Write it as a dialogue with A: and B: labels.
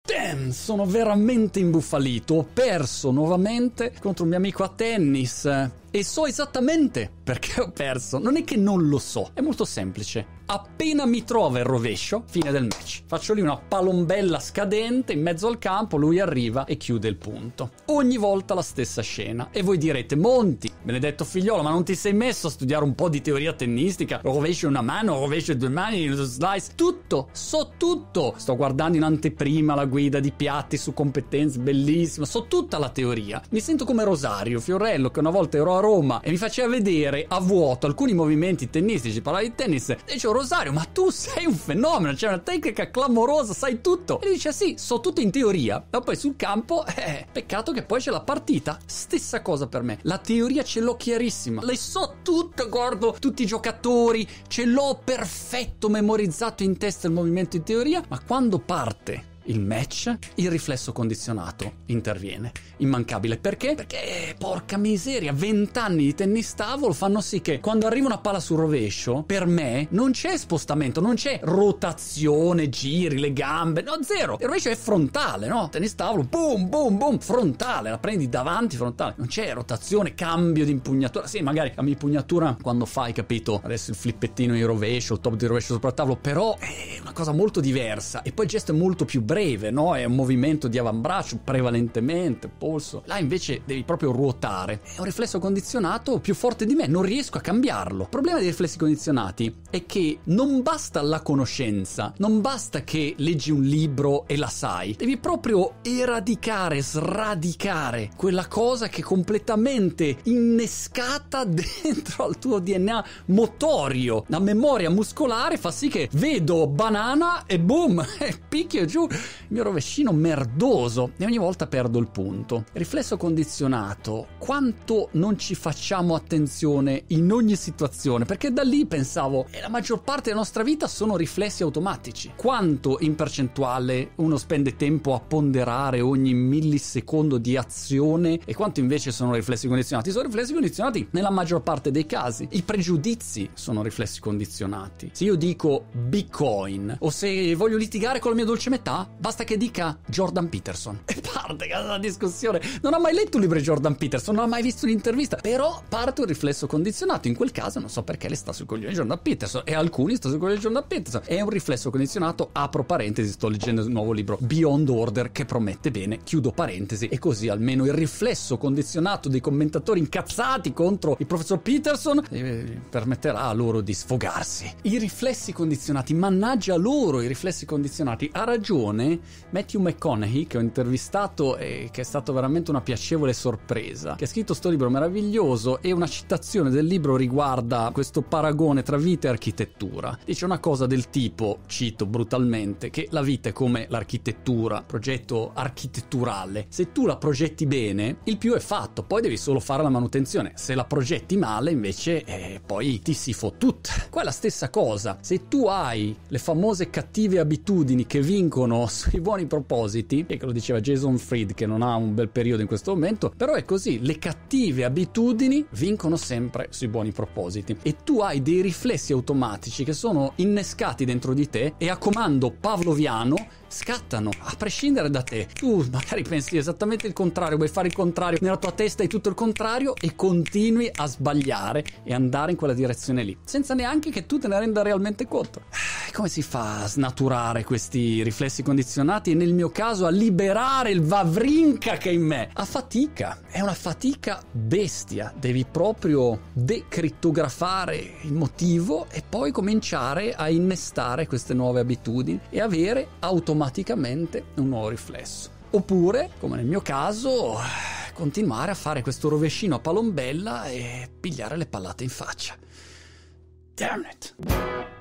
A: damn, sono veramente imbufalito, ho perso nuovamente contro un mio amico a tennis e so esattamente perché ho perso. Non è che non lo so, è molto semplice. Appena mi trova il rovescio, fine del match. Faccio lì una palombella scadente in mezzo al campo, lui arriva e chiude il punto. Ogni volta la stessa scena. E voi direte: Monti, benedetto figliolo, ma non ti sei messo a studiare un po' di teoria tennistica? Rovescio una mano, rovescio due mani, lo slice, tutto, so tutto. Sto guardando in anteprima la guida di Piatti su competenze, bellissima, so tutta la teoria. Mi sento come Rosario Fiorello, che una volta ero a Roma e mi faceva vedere a vuoto alcuni movimenti tennistici, parlava di tennis, e dicevo: Rosario, ma tu sei un fenomeno, c'è una tecnica clamorosa, sai tutto. E lui dice: sì, so tutto in teoria, ma poi sul campo, peccato che poi c'è la partita. Stessa cosa per me, la teoria ce l'ho chiarissima, le so tutto, guardo tutti i giocatori, ce l'ho perfetto memorizzato in testa il movimento in teoria, ma quando parte il match, il riflesso condizionato interviene, immancabile. Perché? Perché, porca miseria, 20 anni di tennis tavolo fanno sì che quando arriva una palla sul rovescio, per me non c'è spostamento, non c'è rotazione, giri, le gambe, no, zero. Il rovescio è frontale, no? Tennis tavolo, boom, boom, boom, frontale, la prendi davanti, frontale. Non c'è rotazione, cambio di impugnatura. Sì, magari cambio di impugnatura quando fai, capito? Adesso il flippettino in rovescio, il top di rovescio sopra il tavolo, però è una cosa molto diversa. E poi il gesto è molto più breve, no? È un movimento di avambraccio prevalentemente, polso. Là invece devi proprio ruotare. È un riflesso condizionato più forte di me, non riesco a cambiarlo. Il problema dei riflessi condizionati è che non basta la conoscenza, non basta che leggi un libro e la sai. Devi proprio eradicare, sradicare quella cosa che è completamente innescata dentro al tuo DNA motorio. La memoria muscolare fa sì che vedo banana e boom, picchio giù il mio rovescino merdoso e ogni volta perdo il punto. Riflesso condizionato, quanto non ci facciamo attenzione in ogni situazione, perché da lì pensavo la maggior parte della nostra vita sono riflessi automatici. Quanto in percentuale uno spende tempo a ponderare ogni millisecondo di azione e quanto invece sono riflessi condizionati? Sono riflessi condizionati nella maggior parte dei casi. I pregiudizi sono riflessi condizionati. Se io dico Bitcoin o se voglio litigare con la mia dolce metà, basta che dica Jordan Peterson e parte la discussione. Non ha mai letto un libro di Jordan Peterson, non ha mai visto un'intervista, però parte un riflesso condizionato. In quel caso non so perché le sta sul coglione di Jordan Peterson e alcuni sta sul coglione di Jordan Peterson. È un riflesso condizionato, apro parentesi, sto leggendo il nuovo libro Beyond Order che promette bene, chiudo parentesi, e così almeno il riflesso condizionato dei commentatori incazzati contro il professor Peterson permetterà a loro di sfogarsi. I riflessi condizionati, mannaggia loro i riflessi condizionati. Ha ragione Matthew McConaughey, che ho intervistato e che è stato veramente una piacevole sorpresa, che ha scritto sto libro meraviglioso, e una citazione del libro riguarda questo paragone tra vita e architettura. Dice una cosa del tipo, cito brutalmente, che la vita è come l'architettura, progetto architetturale. Se tu la progetti bene, il più è fatto, poi devi solo fare la manutenzione. Se la progetti male, invece, poi ti si fottut. Qua è la stessa cosa. Se tu hai le famose cattive abitudini che vincono sui buoni propositi, e che lo diceva Jason Fried, che non ha un bel periodo in questo momento, però è così, le cattive abitudini vincono sempre sui buoni propositi, e tu hai dei riflessi automatici che sono innescati dentro di te e a comando pavloviano scattano a prescindere da te. Tu magari pensi esattamente il contrario, vuoi fare il contrario, nella tua testa è tutto il contrario e continui a sbagliare e andare in quella direzione lì senza neanche che tu te ne renda realmente conto. Come si fa a snaturare questi riflessi condizionati e nel mio caso a liberare il Vavrinka che è in me? A fatica, è una fatica bestia. Devi proprio decrittografare il motivo e poi cominciare a innestare queste nuove abitudini e avere automaticamente un nuovo riflesso. Oppure, come nel mio caso, continuare a fare questo rovescino a palombella e pigliare le pallate in faccia. Damn it!